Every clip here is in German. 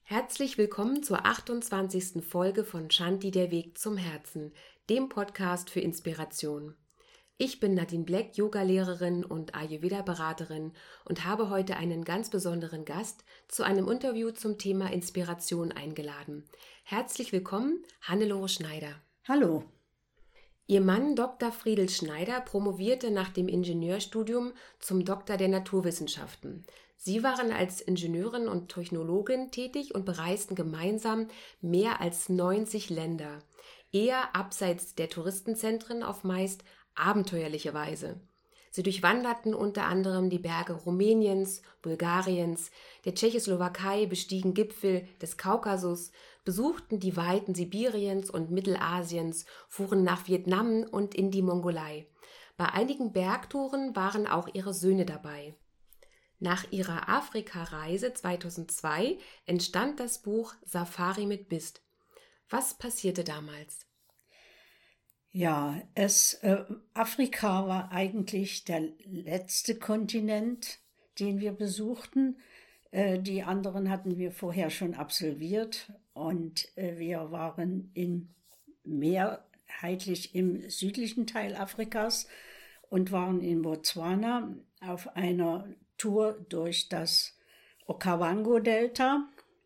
Herzlich willkommen zur 28. Folge von Shanti, der Weg zum Herzen, dem Podcast für Inspiration. Ich bin Nadine Black, Yogalehrerin und Ayurveda-Beraterin und habe heute einen ganz besonderen Gast zu einem Interview zum Thema Inspiration eingeladen. Herzlich willkommen, Hannelore Schneider. Hallo. Ihr Mann Dr. Friedel Schneider promovierte nach dem Ingenieurstudium zum Doktor der Naturwissenschaften. Sie waren als Ingenieurin und Technologin tätig und bereisten gemeinsam mehr als 90 Länder, eher abseits der Touristenzentren auf meist abenteuerliche Weise. Sie durchwanderten unter anderem die Berge Rumäniens, Bulgariens, der Tschechoslowakei, bestiegen Gipfel des Kaukasus, besuchten die Weiten Sibiriens und Mittelasiens, fuhren nach Vietnam und in die Mongolei. Bei einigen Bergtouren waren auch ihre Söhne dabei. Nach ihrer Afrika-Reise 2002 entstand das Buch Safari mit Bist. Was passierte damals? Ja, Afrika war eigentlich der letzte Kontinent, den wir besuchten. Die anderen hatten wir vorher schon absolviert und wir waren mehrheitlich im südlichen Teil Afrikas und waren in Botswana auf einer Tour durch das Okavango-Delta.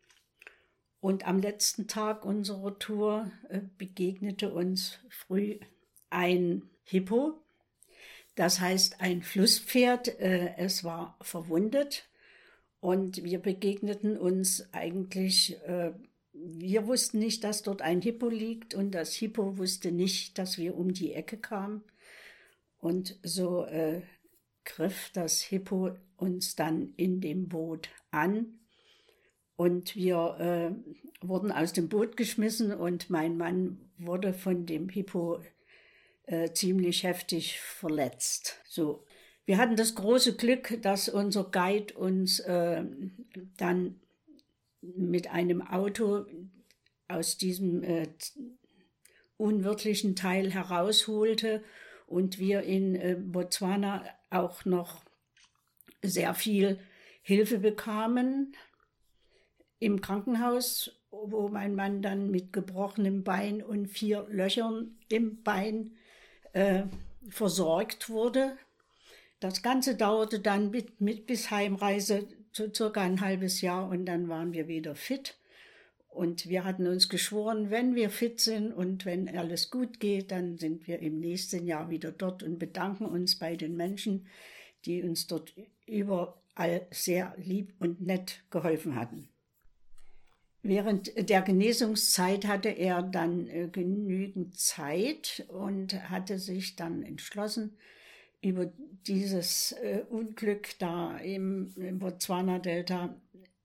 Und am letzten Tag unserer Tour begegnete uns früh ein Hippo, das heißt ein Flusspferd. Es war verwundet und wir begegneten uns eigentlich, wir wussten nicht, dass dort ein Hippo liegt und das Hippo wusste nicht, dass wir um die Ecke kamen. Und so griff das Hippo uns dann in dem Boot an. Und wir wurden aus dem Boot geschmissen und mein Mann wurde von dem Hippo ziemlich heftig verletzt. So. Wir hatten das große Glück, dass unser Guide uns dann mit einem Auto aus diesem unwirtlichen Teil herausholte und wir in Botswana auch noch sehr viel Hilfe bekamen. Im Krankenhaus, wo mein Mann dann mit gebrochenem Bein und 4 Löchern im Bein versorgt wurde. Das Ganze dauerte dann bis Heimreise so circa ein halbes Jahr und dann waren wir wieder fit. Und wir hatten uns geschworen, wenn wir fit sind und wenn alles gut geht, dann sind wir im nächsten Jahr wieder dort und bedanken uns bei den Menschen, die uns dort überall sehr lieb und nett geholfen hatten. Während der Genesungszeit hatte er dann genügend Zeit und hatte sich dann entschlossen, über dieses Unglück da im Botswana-Delta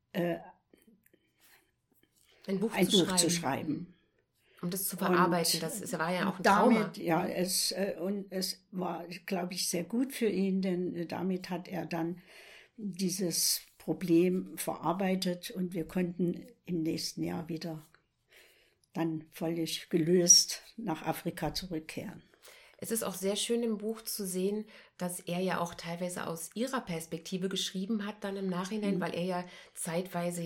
ein Buch zu schreiben. Um das zu verarbeiten, das war ja auch ein Trauma. Ja, es war, glaube ich, sehr gut für ihn, denn damit hat er dann dieses Problem verarbeitet und wir konnten im nächsten Jahr wieder dann völlig gelöst nach Afrika zurückkehren. Es ist auch sehr schön im Buch zu sehen, dass er ja auch teilweise aus ihrer Perspektive geschrieben hat, dann im Nachhinein, weil er ja zeitweise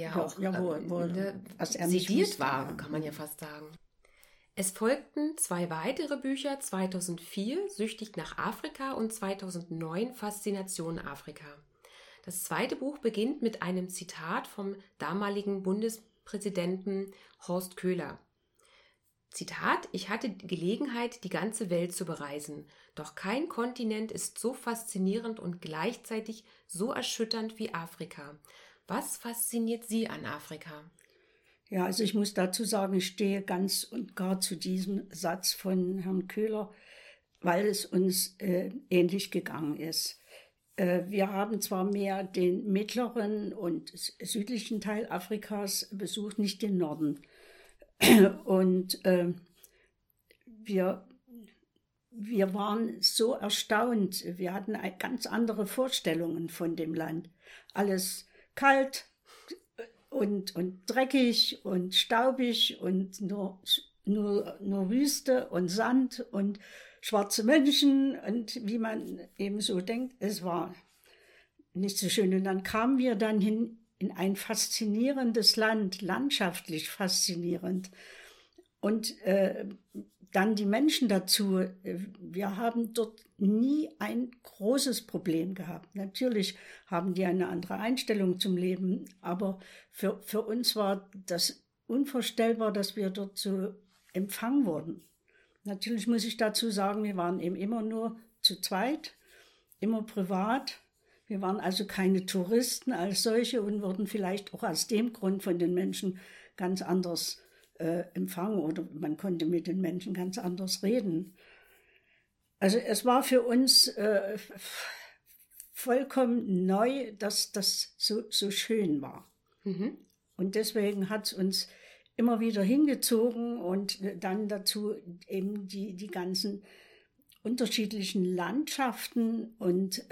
sediert war, kann man ja fast sagen. Es folgten 2 weitere Bücher, 2004 Süchtig nach Afrika und 2009 Faszination Afrika. Das zweite Buch beginnt mit einem Zitat vom damaligen Bundespräsidenten Horst Köhler. Zitat: Ich hatte die Gelegenheit, die ganze Welt zu bereisen, doch kein Kontinent ist so faszinierend und gleichzeitig so erschütternd wie Afrika. Was fasziniert Sie an Afrika? Ja, also ich muss dazu sagen, ich stehe ganz und gar zu diesem Satz von Herrn Köhler, weil es uns ähnlich gegangen ist. Wir haben zwar mehr den mittleren und südlichen Teil Afrikas besucht, nicht den Norden. Und wir waren so erstaunt. Wir hatten ganz andere Vorstellungen von dem Land. Alles kalt und dreckig und staubig und nur Wüste und Sand und schwarze Menschen und wie man eben so denkt, es war nicht so schön. Und dann kamen wir dann hin in ein faszinierendes Land, landschaftlich faszinierend. Und dann die Menschen dazu. Wir haben dort nie ein großes Problem gehabt. Natürlich haben die eine andere Einstellung zum Leben, aber für uns war das unvorstellbar, dass wir dort so empfangen wurden. Natürlich muss ich dazu sagen, wir waren eben immer nur zu zweit, immer privat. Wir waren also keine Touristen als solche und wurden vielleicht auch aus dem Grund von den Menschen ganz anders empfangen oder man konnte mit den Menschen ganz anders reden. Also es war für uns vollkommen neu, dass das so schön war. Mhm. Und deswegen hat es uns immer wieder hingezogen und dann dazu eben die ganzen unterschiedlichen Landschaften und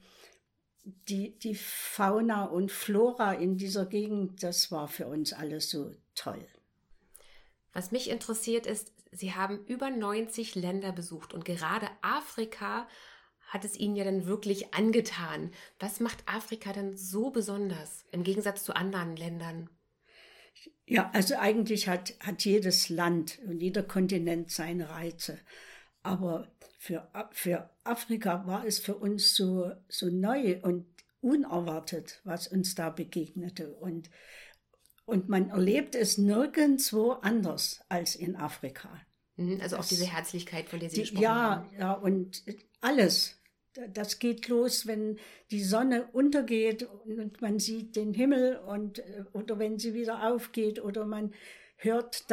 die Fauna und Flora in dieser Gegend, das war für uns alles so toll. Was mich interessiert ist, Sie haben über 90 Länder besucht und gerade Afrika hat es Ihnen ja dann wirklich angetan. Was macht Afrika denn so besonders im Gegensatz zu anderen Ländern? Ja, also eigentlich hat jedes Land und jeder Kontinent seine Reize. Aber für Afrika war es für uns so neu und unerwartet, was uns da begegnete. Und man erlebt es nirgendwo anders als in Afrika. Also auch diese Herzlichkeit, von der Sie gesprochen haben. Ja, und alles. Das geht los, wenn die Sonne untergeht und man sieht den Himmel oder wenn sie wieder aufgeht oder man hört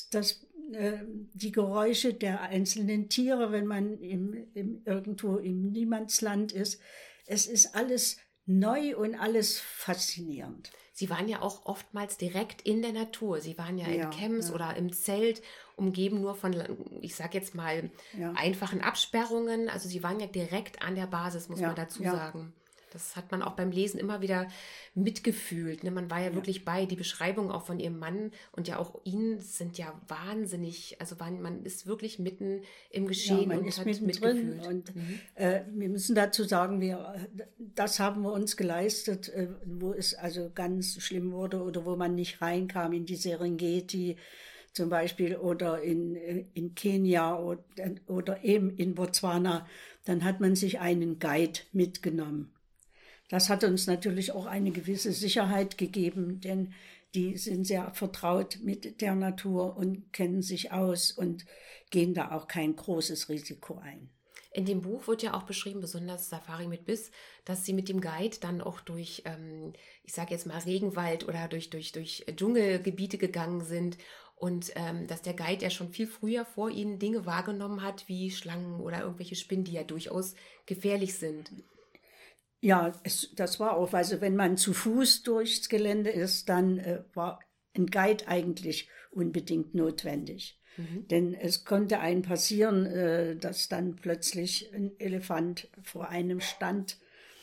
die Geräusche der einzelnen Tiere, wenn man irgendwo im Niemandsland ist. Es ist alles neu und alles faszinierend. Sie waren ja auch oftmals direkt in der Natur. Sie waren ja in Camps oder im Zelt, umgeben nur von, ich sage jetzt mal, einfachen Absperrungen. Also Sie waren ja direkt an der Basis, muss man dazu sagen. Das hat man auch beim Lesen immer wieder mitgefühlt. Ne? Man war ja wirklich bei. Die Beschreibungen auch von Ihrem Mann und ja auch Ihnen sind ja wahnsinnig. Also man ist wirklich mitten im Geschehen man und ist hat mitgefühlt. Und wir müssen dazu sagen, das haben wir uns geleistet, wo es also ganz schlimm wurde oder wo man nicht reinkam in die Serengeti zum Beispiel oder in Kenia oder eben in Botswana. Dann hat man sich einen Guide mitgenommen. Das hat uns natürlich auch eine gewisse Sicherheit gegeben, denn die sind sehr vertraut mit der Natur und kennen sich aus und gehen da auch kein großes Risiko ein. In dem Buch wird ja auch beschrieben, besonders Safari mit Biss, dass Sie mit dem Guide dann auch durch, ich sage jetzt mal Regenwald oder durch Dschungelgebiete gegangen sind und dass der Guide ja schon viel früher vor Ihnen Dinge wahrgenommen hat, wie Schlangen oder irgendwelche Spinnen, die ja durchaus gefährlich sind. Ja, das war auch, also wenn man zu Fuß durchs Gelände ist, dann war ein Guide eigentlich unbedingt notwendig. Denn es konnte einem passieren, dass dann plötzlich ein Elefant vor einem stand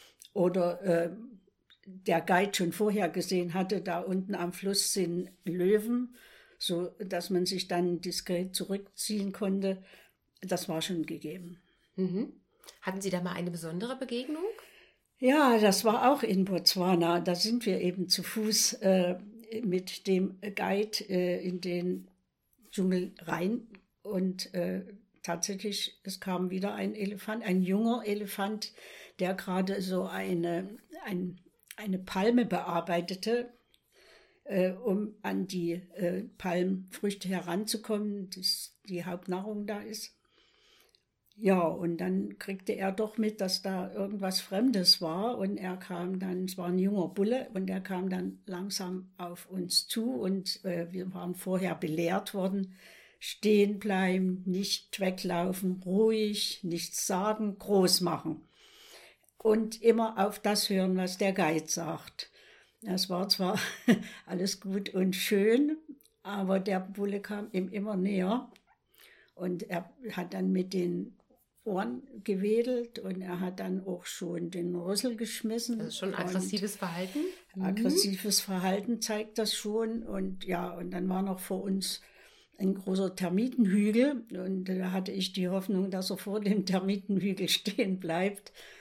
oder der Guide schon vorher gesehen hatte, da unten am Fluss sind Löwen, so dass man sich dann diskret zurückziehen konnte. Das war schon gegeben. Hatten Sie da mal eine besondere Begegnung? Ja, das war auch in Botswana. Da sind wir eben zu Fuß mit dem Guide in den Dschungel rein und tatsächlich, es kam wieder ein Elefant, ein junger Elefant, der gerade so eine Palme bearbeitete, um an die Palmfrüchte heranzukommen, die Hauptnahrung da ist. Ja, und dann kriegte er doch mit, dass da irgendwas Fremdes war und er kam dann, es war ein junger Bulle und er kam dann langsam auf uns zu und wir waren vorher belehrt worden, stehen bleiben, nicht weglaufen, ruhig, nichts sagen, groß machen und immer auf das hören, was der Guide sagt. Das war zwar alles gut und schön, aber der Bulle kam ihm immer näher und er hat dann mit den Ohren gewedelt und er hat dann auch schon den Rüssel geschmissen. Das ist schon aggressives Verhalten. Aggressives Verhalten zeigt das schon. Und ja, und dann war noch vor uns ein großer Termitenhügel und da hatte ich die Hoffnung, dass er vor dem Termitenhügel stehen bleibt.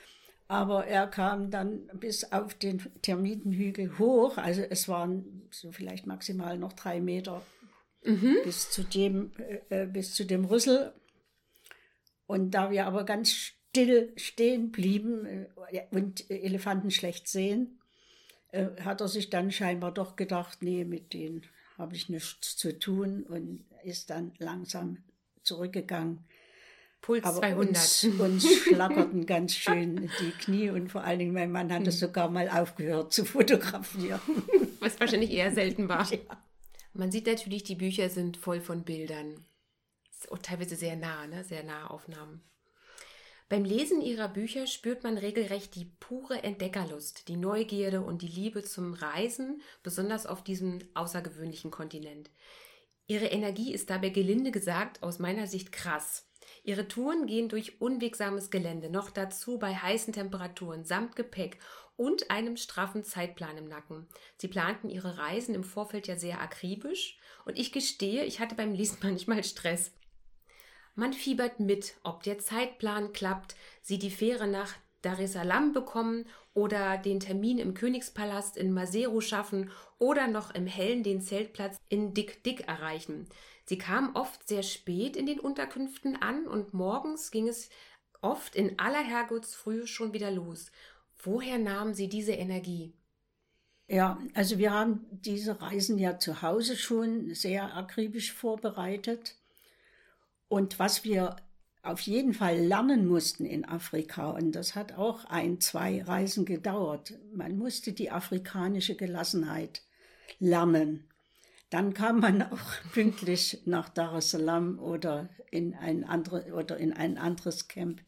Aber er kam dann bis auf den Termitenhügel hoch, also es waren so vielleicht maximal noch 3 Meter bis zu dem Rüssel. Und da wir aber ganz still stehen blieben und Elefanten schlecht sehen, hat er sich dann scheinbar doch gedacht, nee, mit denen habe ich nichts zu tun und ist dann langsam zurückgegangen. Puls Aber 200. uns schlapperten ganz schön die Knie und vor allen Dingen mein Mann hat es sogar mal aufgehört zu fotografieren. Was wahrscheinlich eher selten war. Ja. Man sieht natürlich, die Bücher sind voll von Bildern. Und teilweise sehr nah, ne? Sehr nahe Aufnahmen. Beim Lesen ihrer Bücher spürt man regelrecht die pure Entdeckerlust, die Neugierde und die Liebe zum Reisen, besonders auf diesem außergewöhnlichen Kontinent. Ihre Energie ist dabei gelinde gesagt aus meiner Sicht krass. Ihre Touren gehen durch unwegsames Gelände, noch dazu bei heißen Temperaturen, samt Gepäck und einem straffen Zeitplan im Nacken. Sie planten ihre Reisen im Vorfeld ja sehr akribisch und ich gestehe, ich hatte beim Lesen manchmal Stress. Man fiebert mit, ob der Zeitplan klappt, sie die Fähre nach Dar es Salaam bekommen oder den Termin im Königspalast in Maseru schaffen oder noch im Hellen den Zeltplatz in Dik-Dik erreichen. Sie kamen oft sehr spät in den Unterkünften an und morgens ging es oft in aller Herrgottsfrühe schon wieder los. Woher nahmen Sie diese Energie? Ja, also wir haben diese Reisen ja zu Hause schon sehr akribisch vorbereitet. Und was wir auf jeden Fall lernen mussten in Afrika, und das hat auch 1-2 Reisen gedauert, man musste die afrikanische Gelassenheit lernen. Dann kam man auch pünktlich nach Dar es Salaam oder in ein anderes Camp.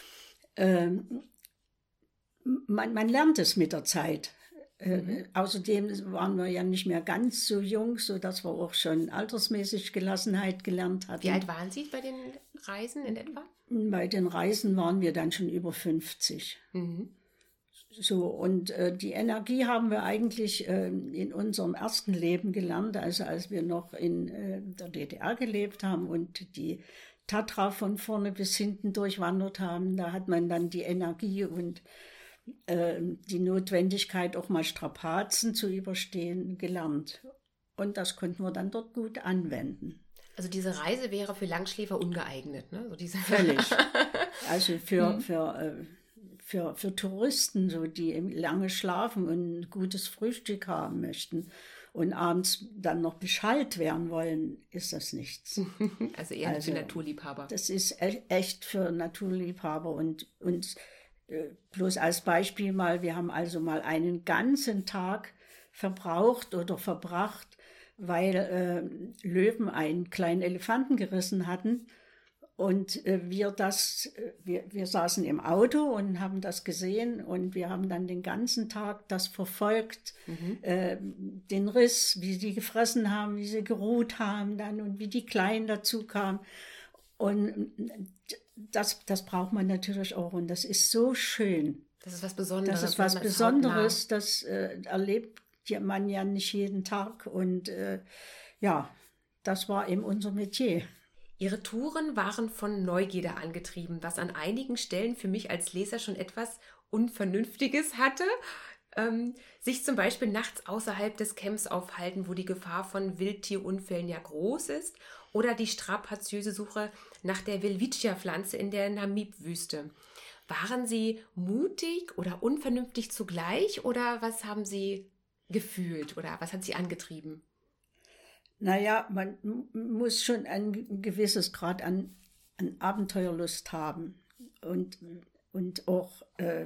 Man lernt es mit der Zeit. Außerdem waren wir ja nicht mehr ganz so jung, sodass wir auch schon altersmäßig Gelassenheit gelernt hatten. Wie alt waren Sie bei den Reisen in etwa? Bei den Reisen waren wir dann schon über 50. So, und die Energie haben wir eigentlich in unserem ersten Leben gelernt, also als wir noch in der DDR gelebt haben und die Tatra von vorne bis hinten durchwandert haben. Da hat man dann die Energie und die Notwendigkeit, auch mal Strapazen zu überstehen, gelernt. Und das konnten wir dann dort gut anwenden. Also diese Reise wäre für Langschläfer ungeeignet, ne? So diese Völlig. Also für Touristen, so, die lange schlafen und ein gutes Frühstück haben möchten und abends dann noch beschallt werden wollen, ist das nichts. Also eher für Naturliebhaber. Das ist echt für Naturliebhaber und bloß als Beispiel mal, wir haben also mal einen ganzen Tag verbraucht oder verbracht, weil Löwen einen kleinen Elefanten gerissen hatten. Und wir saßen im Auto und haben das gesehen und wir haben dann den ganzen Tag das verfolgt, den Riss, wie sie gefressen haben, wie sie geruht haben dann und wie die Kleinen dazu kamen. Und das braucht man natürlich auch und das ist so schön. Das ist was Besonderes. Das ist was Besonderes, das erlebt man ja nicht jeden Tag und das war eben unser Metier. Ihre Touren waren von Neugierde angetrieben, was an einigen Stellen für mich als Leser schon etwas Unvernünftiges hatte. Sich zum Beispiel nachts außerhalb des Camps aufhalten, wo die Gefahr von Wildtierunfällen ja groß ist, oder die strapaziöse Suche nach der Welwitschia-Pflanze in der Namib-Wüste. Waren Sie mutig oder unvernünftig zugleich oder was haben Sie gefühlt oder was hat Sie angetrieben? Naja, man muss schon ein gewisses Grad an Abenteuerlust haben und auch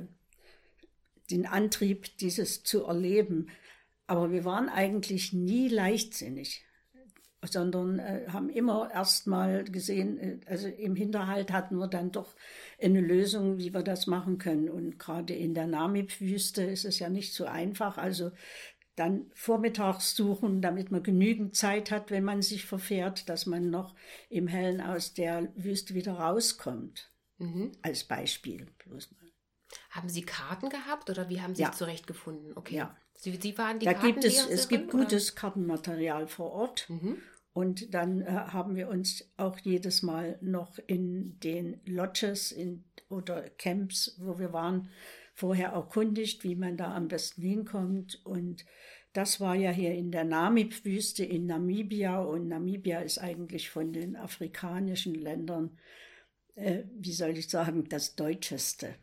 den Antrieb, dieses zu erleben. Aber wir waren eigentlich nie leichtsinnig, sondern haben immer erst mal gesehen, also im Hinterhalt hatten wir dann doch eine Lösung, wie wir das machen können. Und gerade in der Namib-Wüste ist es ja nicht so einfach, also dann vormittags suchen, damit man genügend Zeit hat, wenn man sich verfährt, dass man noch im Hellen aus der Wüste wieder rauskommt. Als Beispiel bloß mal. Haben Sie Karten gehabt oder wie haben Sie sich zurechtgefunden? Okay. Ja. Sie waren die Kartenleserin? Es gibt gutes Kartenmaterial vor Ort. Und dann haben wir uns auch jedes Mal noch in den Lodges oder Camps, wo wir waren, vorher erkundigt, wie man da am besten hinkommt. Und das war ja hier in der Namib-Wüste in Namibia. Und Namibia ist eigentlich von den afrikanischen Ländern, wie soll ich sagen, das Deutscheste.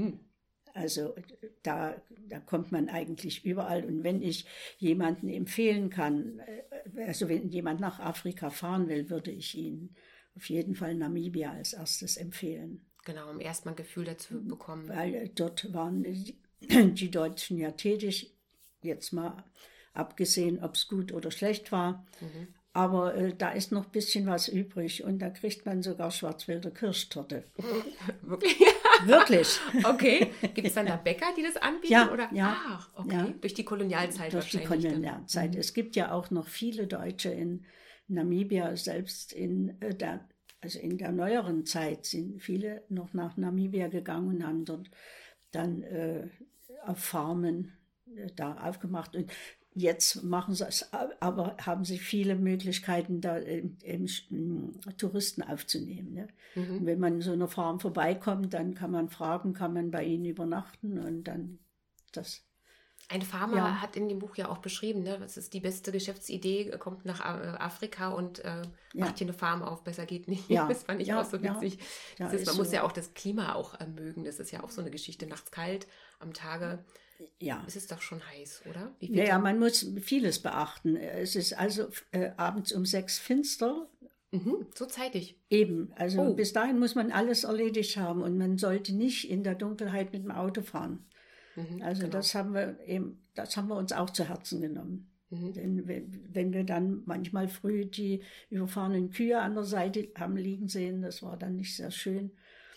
Also da kommt man eigentlich überall. Und wenn ich jemanden empfehlen kann, also wenn jemand nach Afrika fahren will, würde ich ihn auf jeden Fall Namibia als erstes empfehlen. Genau, um erstmal ein Gefühl dazu bekommen. Weil dort waren die Deutschen ja tätig, jetzt mal abgesehen, ob es gut oder schlecht war. Aber da ist noch ein bisschen was übrig und da kriegt man sogar Schwarzwälder Kirschtorte. Wirklich? Wirklich. Okay. Gibt es dann da Bäcker, die das anbieten? Ja, oder? ja. Ach, okay. Ja. Durch die Kolonialzeit Durch die wahrscheinlich. Kolonialzeit. Es gibt ja auch noch viele Deutsche in Namibia, selbst in der neueren Zeit sind viele noch nach Namibia gegangen und haben dort dann auf Farmen da aufgemacht. Und jetzt machen sie es, aber haben sie viele Möglichkeiten, da Touristen aufzunehmen. Ne? Und wenn man in so einer Farm vorbeikommt, dann kann man fragen, kann man bei ihnen übernachten und dann das. Ein Farmer hat in dem Buch ja auch beschrieben, ne, das ist die beste Geschäftsidee, kommt nach Afrika und macht hier eine Farm auf, besser geht nicht. Ja. Das fand ich auch so witzig. Ja, Man muss ja auch das Klima auch mögen, das ist ja auch so eine Geschichte, nachts kalt, am Tage. Ja. Es ist doch schon heiß, oder? Ja, man muss vieles beachten. Es ist also abends um 6 finster. So zeitig. Eben, also bis dahin muss man alles erledigt haben und man sollte nicht in der Dunkelheit mit dem Auto fahren. Also genau. Das haben wir uns auch zu Herzen genommen. Denn wenn wir dann manchmal früh die überfahrenen Kühe an der Seite haben liegen sehen, das war dann nicht sehr schön.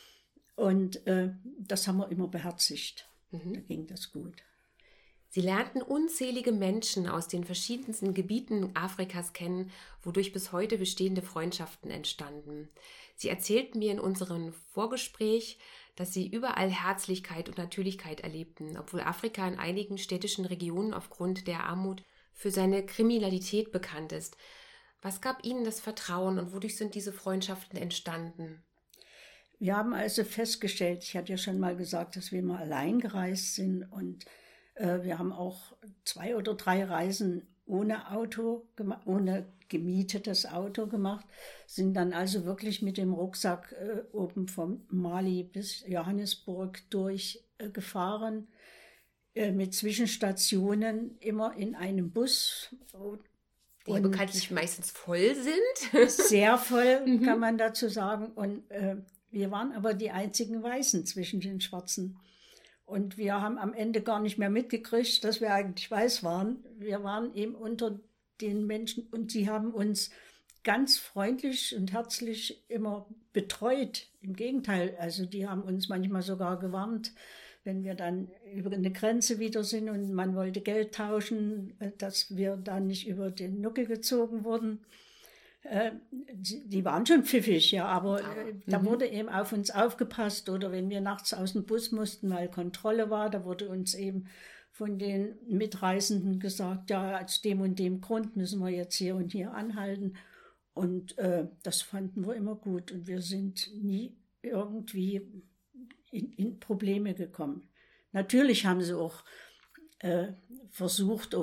Und das haben wir immer beherzigt. Da ging das gut. Sie lernten unzählige Menschen aus den verschiedensten Gebieten Afrikas kennen, wodurch bis heute bestehende Freundschaften entstanden. Sie erzählten mir in unserem Vorgespräch, dass sie überall Herzlichkeit und Natürlichkeit erlebten, obwohl Afrika in einigen städtischen Regionen aufgrund der Armut für seine Kriminalität bekannt ist. Was gab Ihnen das Vertrauen und wodurch sind diese Freundschaften entstanden? Wir haben also festgestellt, ich hatte ja schon mal gesagt, dass wir mal allein gereist sind und wir haben auch 2 oder 3 Reisen ohne Auto, ohne gemietetes Auto gemacht, sind dann also wirklich mit dem Rucksack oben vom Mali bis Johannesburg durchgefahren, mit Zwischenstationen immer in einem Bus. Die bekanntlich meistens voll sind. Sehr voll, kann man dazu sagen. Und wir waren aber die einzigen Weißen zwischen den Schwarzen. Und wir haben am Ende gar nicht mehr mitgekriegt, dass wir eigentlich weiß waren. Wir waren eben unter den Menschen und sie haben uns ganz freundlich und herzlich immer betreut. Im Gegenteil, also die haben uns manchmal sogar gewarnt, wenn wir dann über eine Grenze wieder sind und man wollte Geld tauschen, dass wir dann nicht über den Nuckel gezogen wurden. Die waren schon pfiffig, ja, aber da wurde eben auf uns aufgepasst oder wenn wir nachts aus dem Bus mussten, weil Kontrolle war, da wurde uns eben von den Mitreisenden gesagt, ja, aus dem und dem Grund müssen wir jetzt hier und hier anhalten und das fanden wir immer gut und wir sind nie irgendwie in Probleme gekommen. Natürlich haben sie auch versucht,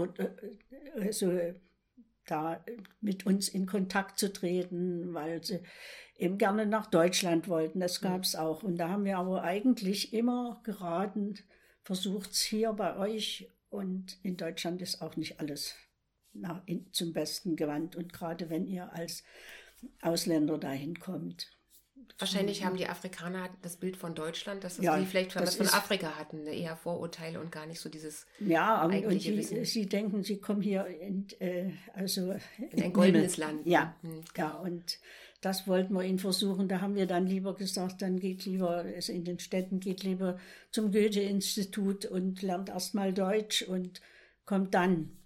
da mit uns in Kontakt zu treten, weil sie eben gerne nach Deutschland wollten. Das gab es auch. Und da haben wir aber eigentlich immer geraten, versucht es hier bei euch. Und in Deutschland ist auch nicht alles zum Besten gewandt. Und gerade wenn ihr als Ausländer dahin kommt. Wahrscheinlich haben die Afrikaner das Bild von Deutschland, dass sie vielleicht was von Afrika hatten, eher Vorurteile und gar nicht so dieses eigentliche Wissen. Sie denken, sie kommen hier in ein goldenes Land. Ja, und das wollten wir ihnen versuchen. Da haben wir dann lieber gesagt, dann geht lieber in den Städten, geht lieber zum Goethe-Institut und lernt erstmal Deutsch und kommt dann.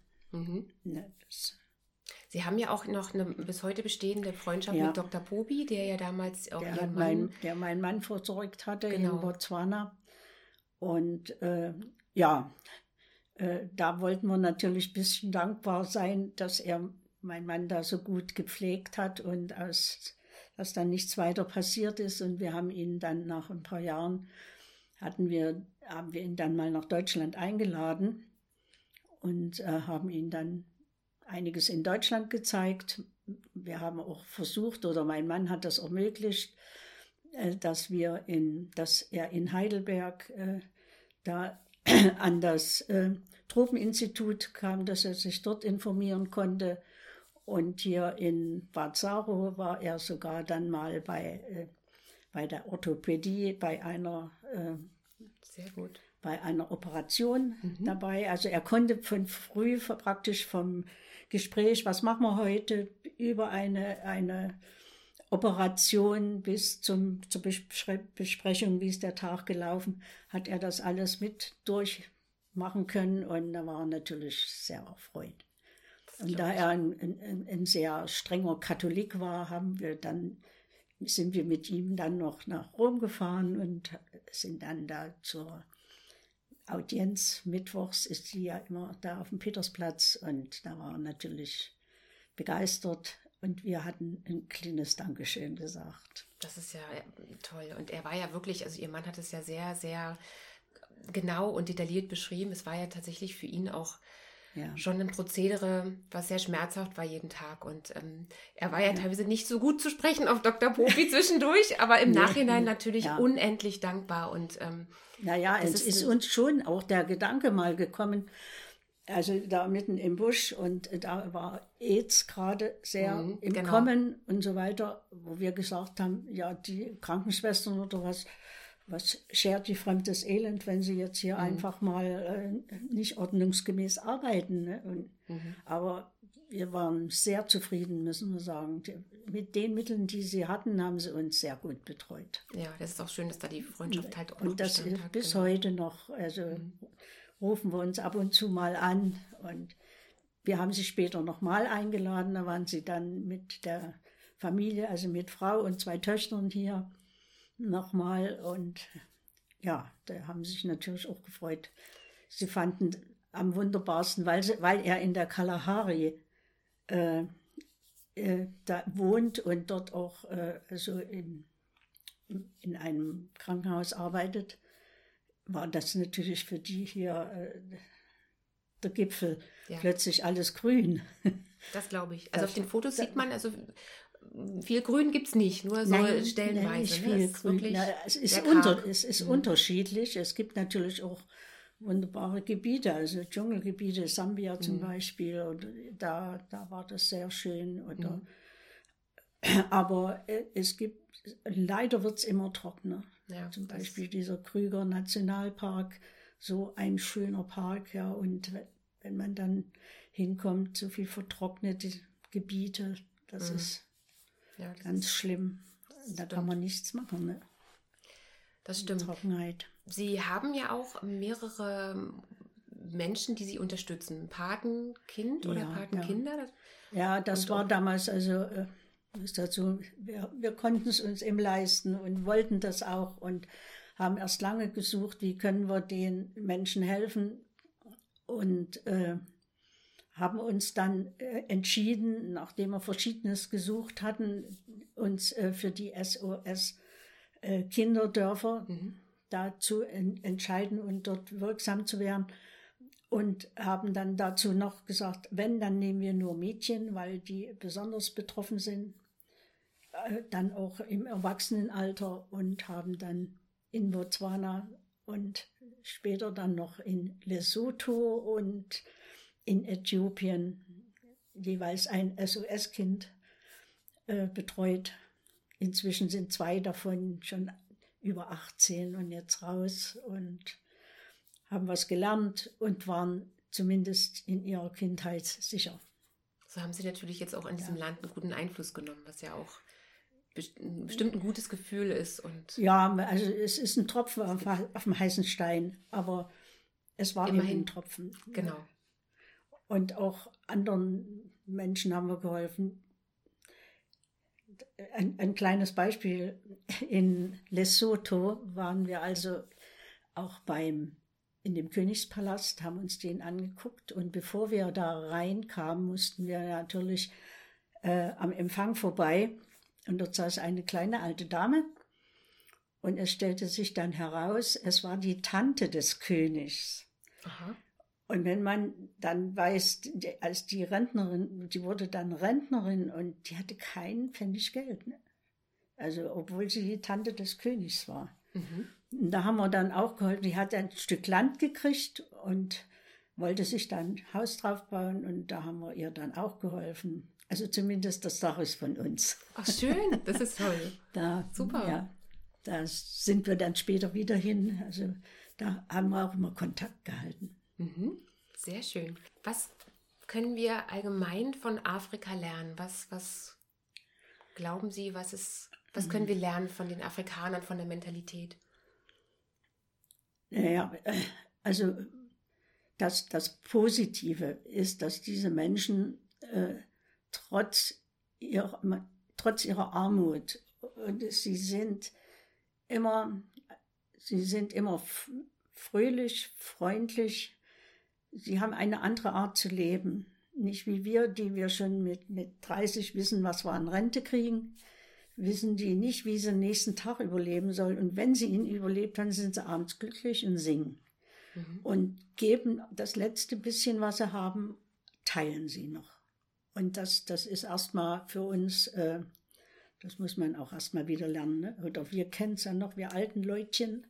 Sie haben ja auch noch eine bis heute bestehende Freundschaft mit Dr. Pobi, der ja damals auch der meinen Mann versorgt hatte in Botswana. Und da wollten wir natürlich ein bisschen dankbar sein, dass er meinen Mann da so gut gepflegt hat und dass dann nichts weiter passiert ist. Und wir haben ihn dann nach ein paar Jahren, hatten wir haben wir ihn dann mal nach Deutschland eingeladen und haben ihn dann einiges in Deutschland gezeigt. Wir haben auch versucht, oder mein Mann hat das ermöglicht, dass er in Heidelberg da an das Tropeninstitut kam, dass er sich dort informieren konnte. Und hier in Bad Saro war er sogar dann mal bei der Orthopädie Sehr gut. bei einer Operation dabei. Also er konnte von früh praktisch vom Gespräch, was machen wir heute, über eine Operation bis zur Besprechung, wie ist der Tag gelaufen, hat er das alles mit durchmachen können und da war er natürlich sehr erfreut. Und da er ein sehr strenger Katholik war, sind wir mit ihm dann noch nach Rom gefahren und sind dann da zur Audienz. Mittwochs ist sie ja immer da auf dem Petersplatz und da war er natürlich begeistert und wir hatten ein kleines Dankeschön gesagt. Das ist ja toll. Und er war ja wirklich, also Ihr Mann hat es ja sehr, sehr genau und detailliert beschrieben. Es war ja tatsächlich für ihn auch schon ein Prozedere, was sehr schmerzhaft war jeden Tag. Und er war ja teilweise nicht so gut zu sprechen auf Dr. Popi zwischendurch, aber im Nachhinein natürlich unendlich dankbar. Und es ist uns schon auch der Gedanke mal gekommen, also da mitten im Busch und da war AIDS gerade sehr im Kommen und so weiter, wo wir gesagt haben, ja, die Krankenschwestern oder was schert die fremdes Elend, wenn sie jetzt hier einfach mal nicht ordnungsgemäß arbeiten. Ne? Aber wir waren sehr zufrieden, müssen wir sagen. Mit den Mitteln, die sie hatten, haben sie uns sehr gut betreut. Ja, das ist auch schön, dass da die Freundschaft halt auch und das ist bis heute noch, also rufen wir uns ab und zu mal an und wir haben sie später nochmal eingeladen, da waren sie dann mit der Familie, also mit Frau und 2 Töchtern hier nochmal und ja, da haben sie sich natürlich auch gefreut. Sie fanden am wunderbarsten, weil er in der Kalahari da wohnt und dort auch so in einem Krankenhaus arbeitet, war das natürlich für die hier der Gipfel, plötzlich alles grün. Das glaube ich. Also auf den Fotos sieht man, also viel Grün gibt es nicht, nur so stellenweise. Nein, nicht viel Grün. Es ist unterschiedlich. Es gibt natürlich auch wunderbare Gebiete, also Dschungelgebiete, Sambia zum Beispiel. Und da war das sehr schön. Aber leider wird es immer trockener. Ja, zum Beispiel dieser Krüger Nationalpark, so ein schöner Park. Ja, und wenn man dann hinkommt, so viel vertrocknete Gebiete, das ist ganz schlimm. Da kann man nichts machen. Ne? Das stimmt. Trockenheit. Sie haben ja auch mehrere Menschen, die Sie unterstützen. Patenkind oder Patenkinder? Ja, das war damals, also ist dazu, wir konnten es uns eben leisten und wollten das auch und haben erst lange gesucht, wie können wir den Menschen helfen und haben uns dann entschieden, nachdem wir Verschiedenes gesucht hatten, uns für die SOS Kinderdörfer dazu entscheiden und dort wirksam zu werden und haben dann dazu noch gesagt, wenn, dann nehmen wir nur Mädchen, weil die besonders betroffen sind, dann auch im Erwachsenenalter und haben dann in Botswana und später dann noch in Lesotho und in Äthiopien jeweils ein SOS-Kind betreut. Inzwischen sind 2 davon schon über 18 und jetzt raus und haben was gelernt und waren zumindest in ihrer Kindheit sicher. So haben Sie natürlich jetzt auch in diesem Land einen guten Einfluss genommen, was ja auch bestimmt ein gutes Gefühl ist. Und ja, also es ist ein Tropfen auf dem heißen Stein, aber es war immerhin ein Tropfen. Genau. Und auch anderen Menschen haben wir geholfen. Ein kleines Beispiel, in Lesotho waren wir also auch in dem Königspalast, haben uns den angeguckt und bevor wir da reinkamen, mussten wir natürlich am Empfang vorbei und dort saß eine kleine alte Dame Und es stellte sich dann heraus, es war die Tante des Königs. Aha. Und wenn man dann weiß, als die Rentnerin, die wurde dann Rentnerin und die hatte keinen Pfennig Geld. Ne? Also obwohl sie die Tante des Königs war. Mhm. Und da haben wir dann auch geholfen. Die hat ein Stück Land gekriegt und wollte sich dann ein Haus drauf bauen. Und da haben wir ihr dann auch geholfen. Also zumindest das Dach ist von uns. Ach schön, das ist toll. Da, Super. Ja, da sind wir dann später wieder hin. Also da haben wir auch immer Kontakt gehalten. Mhm. Sehr schön. Was können wir allgemein von Afrika lernen? Was glauben Sie, was können wir lernen von den Afrikanern, von der Mentalität? Naja, also das Positive ist, dass diese Menschen trotz ihrer Armut, und sie sind immer fröhlich, freundlich. Sie haben eine andere Art zu leben. Nicht wie wir, die wir schon mit 30 wissen, was wir an Rente kriegen, wissen die nicht, wie sie den nächsten Tag überleben sollen. Und wenn sie ihn überlebt, dann sind sie abends glücklich und singen. Mhm. Und geben das letzte bisschen, was sie haben, teilen sie noch. Und das ist erstmal für uns, das muss man auch erstmal wieder lernen. Ne? Oder wir kennen es ja noch, wir alten Leutchen.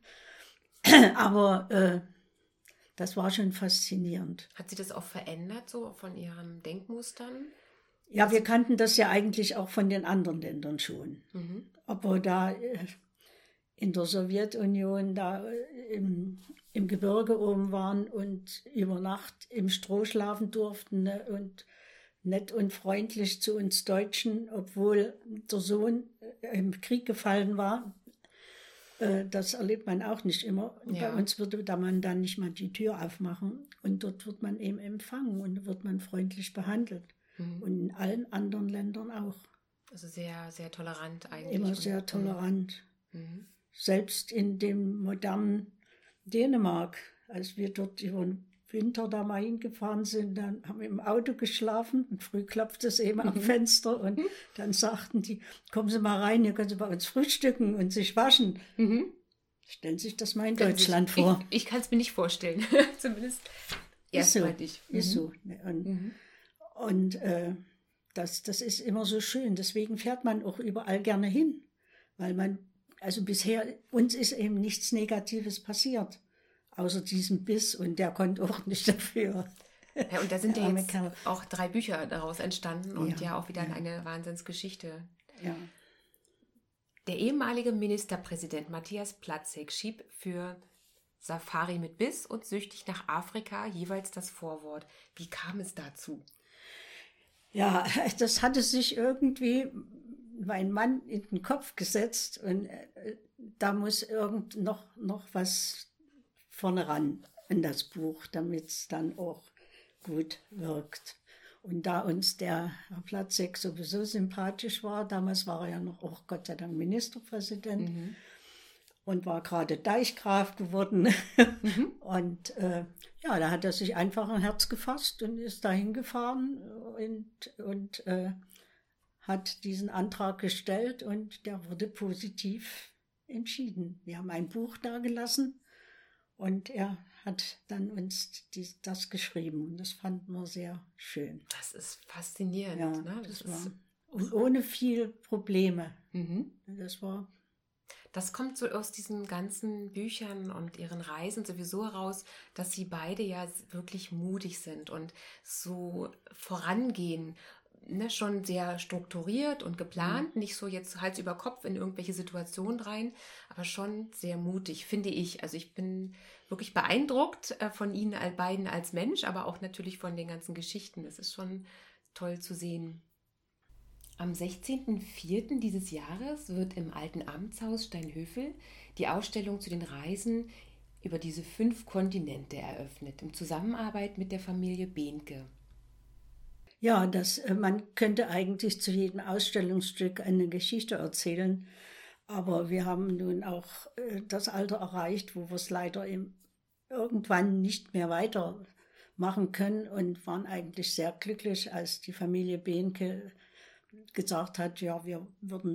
Aber das war schon faszinierend. Hat sie das auch verändert, so von ihren Denkmustern? Ja, wir kannten das ja eigentlich auch von den anderen Ländern schon. Mhm. Aber da in der Sowjetunion, da im Gebirge oben waren und über Nacht im Stroh schlafen durften, ne, und nett und freundlich zu uns Deutschen, obwohl der Sohn im Krieg gefallen war. Das erlebt man auch nicht immer. Ja. Bei uns würde man dann nicht mal die Tür aufmachen und dort wird man eben empfangen und wird man freundlich behandelt. Mhm. Und in allen anderen Ländern auch. Also sehr, sehr tolerant eigentlich. Immer sehr tolerant. Mhm. Selbst in dem modernen Dänemark, als wir dort über den Winter da mal hingefahren sind, dann haben wir im Auto geschlafen und früh klopfte es eben am Fenster und dann sagten die, kommen Sie mal rein, hier können Sie bei uns frühstücken und sich waschen. Mhm. Stellen Sie sich das mal in Deutschland vor. Ich kann es mir nicht vorstellen, zumindest erstmalig. Ist so. Und das ist immer so schön, deswegen fährt man auch überall gerne hin, weil man, also bisher, uns ist eben nichts Negatives passiert. Außer diesem Biss und der konnte auch nicht dafür. Ja, und da sind ja jetzt auch 3 Bücher daraus entstanden und ja auch wieder eine Wahnsinnsgeschichte. Ja. Der ehemalige Ministerpräsident Matthias Platzek schrieb für Safari mit Biss und Süchtig nach Afrika jeweils das Vorwort. Wie kam es dazu? Ja, das hatte sich irgendwie mein Mann in den Kopf gesetzt und da muss noch was vorne ran in das Buch, damit es dann auch gut wirkt. Und da uns der Herr Platzek sowieso sympathisch war, damals war er ja noch auch Gott sei Dank Ministerpräsident und war gerade Deichgraf geworden. Und ja, da hat er sich einfach ein Herz gefasst und ist dahin gefahren und hat diesen Antrag gestellt und der wurde positiv entschieden. Wir haben ein Buch dagelassen. Und er hat dann uns das geschrieben und das fanden wir sehr schön. Das ist faszinierend. Ja, ne? das war, und ohne viel Probleme. Das kommt so aus diesen ganzen Büchern und ihren Reisen sowieso heraus, dass sie beide ja wirklich mutig sind und so vorangehen. Ne, schon sehr strukturiert und geplant, nicht so jetzt Hals über Kopf in irgendwelche Situationen rein, aber schon sehr mutig, finde ich. Also ich bin wirklich beeindruckt von Ihnen beiden als Mensch, aber auch natürlich von den ganzen Geschichten. Das ist schon toll zu sehen. Am 16.04. dieses Jahres wird im Alten Amtshaus Steinhöfel die Ausstellung zu den Reisen über diese 5 Kontinente eröffnet, in Zusammenarbeit mit der Familie Behnke. Ja, man könnte eigentlich zu jedem Ausstellungsstück eine Geschichte erzählen, aber wir haben nun auch das Alter erreicht, wo wir es leider irgendwann nicht mehr weitermachen können und waren eigentlich sehr glücklich, als die Familie Behnke gesagt hat, ja, wir würden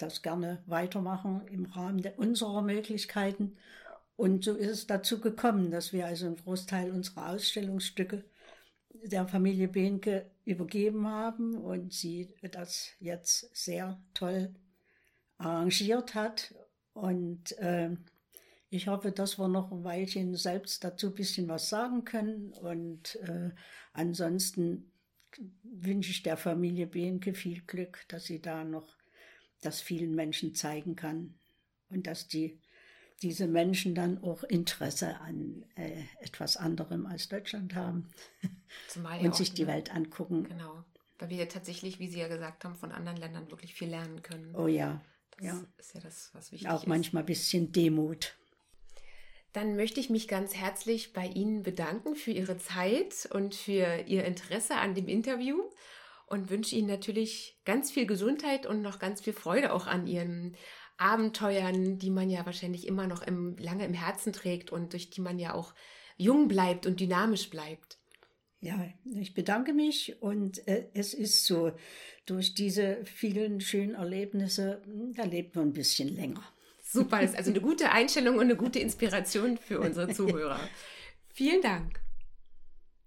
das gerne weitermachen im Rahmen unserer Möglichkeiten. Und so ist es dazu gekommen, dass wir also einen Großteil unserer Ausstellungsstücke der Familie Behnke übergeben haben und sie das jetzt sehr toll arrangiert hat. Und ich hoffe, dass wir noch ein Weilchen selbst dazu ein bisschen was sagen können. Und ansonsten wünsche ich der Familie Behnke viel Glück, dass sie da noch das vielen Menschen zeigen kann und dass diese Menschen dann auch Interesse an etwas anderem als Deutschland haben Zumal und sich die Welt angucken. Genau, weil wir ja tatsächlich, wie Sie ja gesagt haben, von anderen Ländern wirklich viel lernen können. Oh ja, das ist ja das, was wichtig auch ist. Manchmal ein bisschen Demut. Dann möchte ich mich ganz herzlich bei Ihnen bedanken für Ihre Zeit und für Ihr Interesse an dem Interview und wünsche Ihnen natürlich ganz viel Gesundheit und noch ganz viel Freude auch an Ihren Abenteuern, die man ja wahrscheinlich immer noch lange im Herzen trägt und durch die man ja auch jung bleibt und dynamisch bleibt. Ja, ich bedanke mich und es ist so, durch diese vielen schönen Erlebnisse, da lebt man ein bisschen länger. Super, das ist also eine gute Einstellung und eine gute Inspiration für unsere Zuhörer. Vielen Dank.